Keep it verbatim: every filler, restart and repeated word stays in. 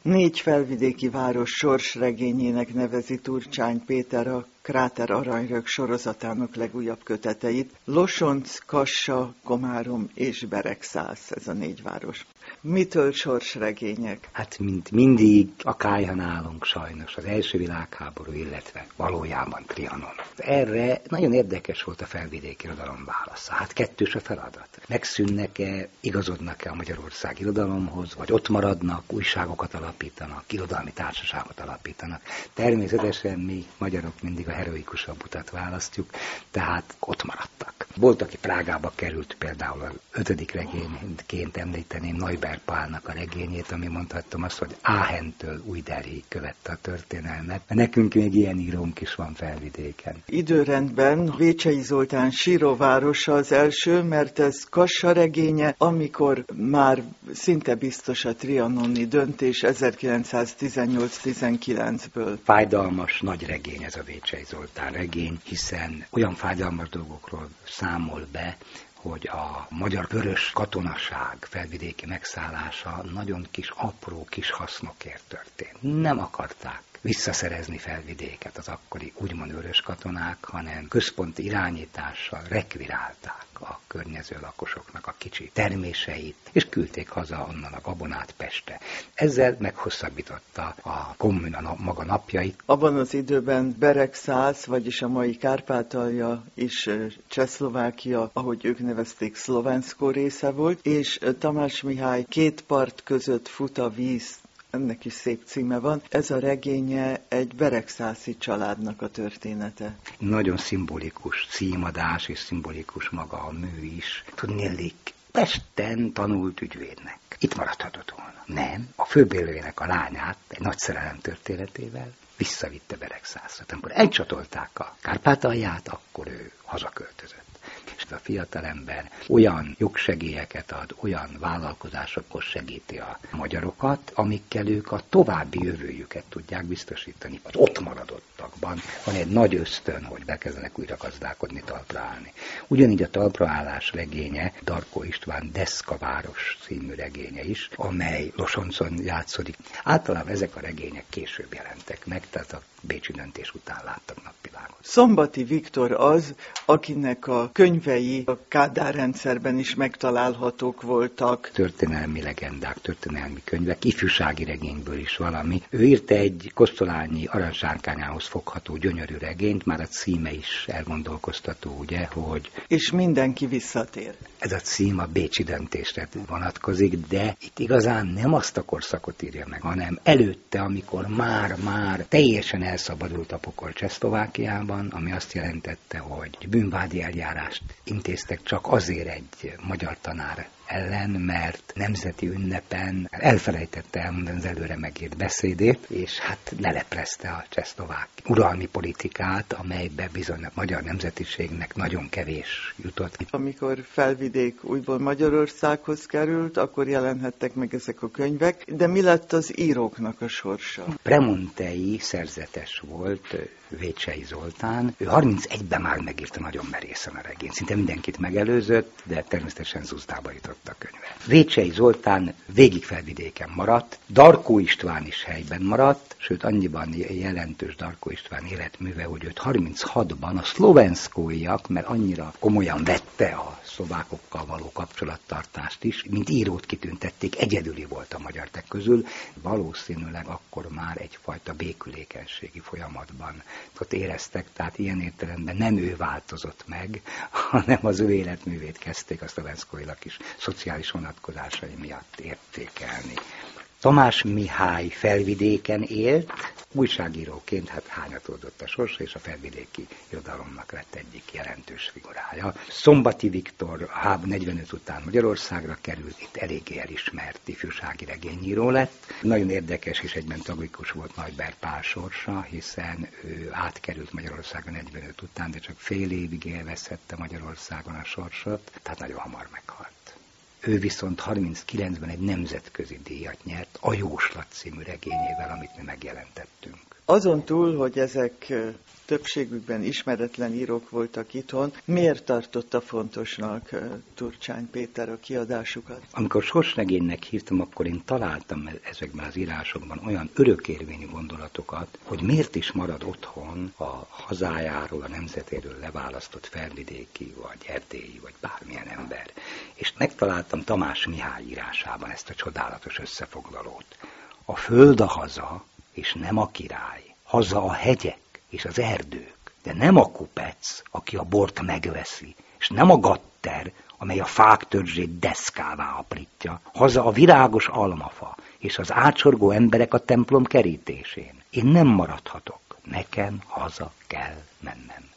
Négy felvidéki város sorsregényének nevezi Turcsány Péter a Kráter Aranyrög sorozatának legújabb köteteit. Losonc, Kassa, Komárom és Beregszász, ez a négy város. Mitől sorsregények? Hát mint mindig a kályha nálunk sajnos, az első világháború, illetve valójában Trianon. Erre nagyon érdekes volt a felvidéki irodalom válasza. Hát kettős a feladat. Megszűnnek-e, igazodnak-e a Magyarország irodalomhoz, vagy ott maradnak, újságokat alapítanak, irodalmi társaságot alapítanak. Természetesen mi magyarok mindig a heroikusabb utat választjuk, tehát ott maradtak. Volt, aki Prágába került, például az ötödik regényként említeném Neuber Pálnak a regényét, ami mondhattam azt, hogy Áhentől Újdelhig követte a történelmet. Nekünk még ilyen írónk is van felvidéken. Időrendben Vécsey Zoltán Síróvárosa az első, mert ez Kassa regénye, amikor már szinte biztos a trianoni döntés ezerkilencszáztizennyolc tizenkilencből. Fájdalmas nagy regény ez a Vécsey Zoltán regény, hiszen olyan fájdalmas dolgokról számol be, hogy a magyar vörös katonaság felvidéki megszállása nagyon kis, apró kis hasznokért történt. Nem akarták visszaszerezni felvidéket az akkori úgymond vörös katonák, hanem központi irányítással rekvirálták a környező lakosoknak a kicsi terméseit, és küldték haza onnan a gabonát Pestre. Ezzel meghosszabbította a kommuna maga napjait. Abban az időben Beregszász, vagyis a mai Kárpátalja és Csehszlovákia, ahogy ők nevezték, Szlovenszkó része volt, és Tamás Mihály Két part között fut a víz, ennek is szép címe van. Ez a regénye egy beregszászi családnak a története. Nagyon szimbolikus címadás, és szimbolikus maga a mű is. Tudnélik, Pesten tanult ügyvédnek. Itt maradhatott volna. Nem, a főbélőjének a lányát egy nagy szerelem történetével visszavitte Beregszászra. Amikor elcsatolták a Kárpátalját, akkor ő hazaköltözött. És a fiatalember olyan jogsegélyeket ad, olyan vállalkozásokhoz segíti a magyarokat, amikkel ők a további jövőjüket tudják biztosítani. Az ott maradottakban van egy nagy ösztön, hogy bekezdenek újra gazdálkodni, talpra állni. Ugyanígy a talpraállás regénye, Darkó István Deszkaváros című regénye is, amely Losoncon játszódik. Általában ezek a regények később jelentek meg, tehát a bécsi döntés után láttak napvilágot. Szombati Viktor az, akinek a könyvei a Kádár rendszerben is megtalálhatók voltak. Történelmi legendák, történelmi könyvek, ifjúsági regényből is valami. Ő írt egy Kosztolányi Aranysárkányához fogható gyönyörű regényt, már a címe is elgondolkoztató, ugye, hogy... És mindenki visszatér. Ez a cím a bécsi döntésre vonatkozik, de itt igazán nem azt a korszakot írja meg, hanem előtte, amikor már-már teljesen elszabadult a pokol Csehszlovákiában, ami azt jelentette, hogy bűnvádi eljárást intéztek csak azért egy magyar tanár ellen, mert nemzeti ünnepen elfelejtette elmondani az előre megírt beszédét, és hát leleplezte a csehszlovák uralmi politikát, amelybe bizony a magyar nemzetiségnek nagyon kevés jutott. Amikor Felvidék újból Magyarországhoz került, akkor jelenhettek meg ezek a könyvek, de mi lett az íróknak a sorsa? Premontei szerzetes volt, Vécsey Zoltán. Ő harmincegyben már megírta nagyon merészen a regényt. Szinte mindenkit megelőzött, de természetesen Zuzdába jutott a könyve. Vécsey Zoltán végig Felvidéken maradt, Darkó István is helyben maradt, sőt annyiban jelentős Darkó István életműve, hogy őt harminchatban a szlovenszkóiak, mert annyira komolyan vette a szlovákokkal való kapcsolattartást is, mint írót kitüntették, egyedüli volt a magyar tek közül. Valószínűleg akkor már egyfajta békülékenységi folyamatban ott éreztek, tehát ilyen értelemben nem ő változott meg, hanem az ő életművét kezdték a szlovenszkóiak is szociális vonatkozásai miatt értékelni. Tamás Mihály Felvidéken élt, újságíróként hát hányatódott a sorsa, és a felvidéki irodalomnak lett egyik jelentős figurája. Szombati Viktor háború negyvenöt után Magyarországra került, itt eléggé elismert ifjúsági regényíró lett. Nagyon érdekes és egyben tragikus volt Neuber Pál sorsa, hiszen ő átkerült Magyarországra negyvenöt után, de csak fél évig élvezhette Magyarországon a sorsot, tehát nagyon hamar meghalt. Ő viszont harminckilencben egy nemzetközi díjat nyert a Jóslat című regényével, amit mi megjelentettünk. Azon túl, hogy ezek többségükben ismeretlen írók voltak itthon, miért tartotta fontosnak Turcsány Péter a kiadásukat? Amikor sorsregénynek hívtam, akkor én találtam ezekben az írásokban olyan örökérvényű gondolatokat, hogy miért is marad otthon a hazájáról, a nemzetéről leválasztott felvidéki, vagy erdélyi, vagy bármilyen ember. És megtaláltam Tamás Mihály írásában ezt a csodálatos összefoglalót. A föld a haza, és nem a király. Haza a hegyek és az erdők, de nem a kupec, aki a bort megveszi, és nem a gatter, amely a fák törzsét deszkává aprítja. Haza a virágos almafa, és az átsorgó emberek a templom kerítésén. Én nem maradhatok, nekem haza kell mennem.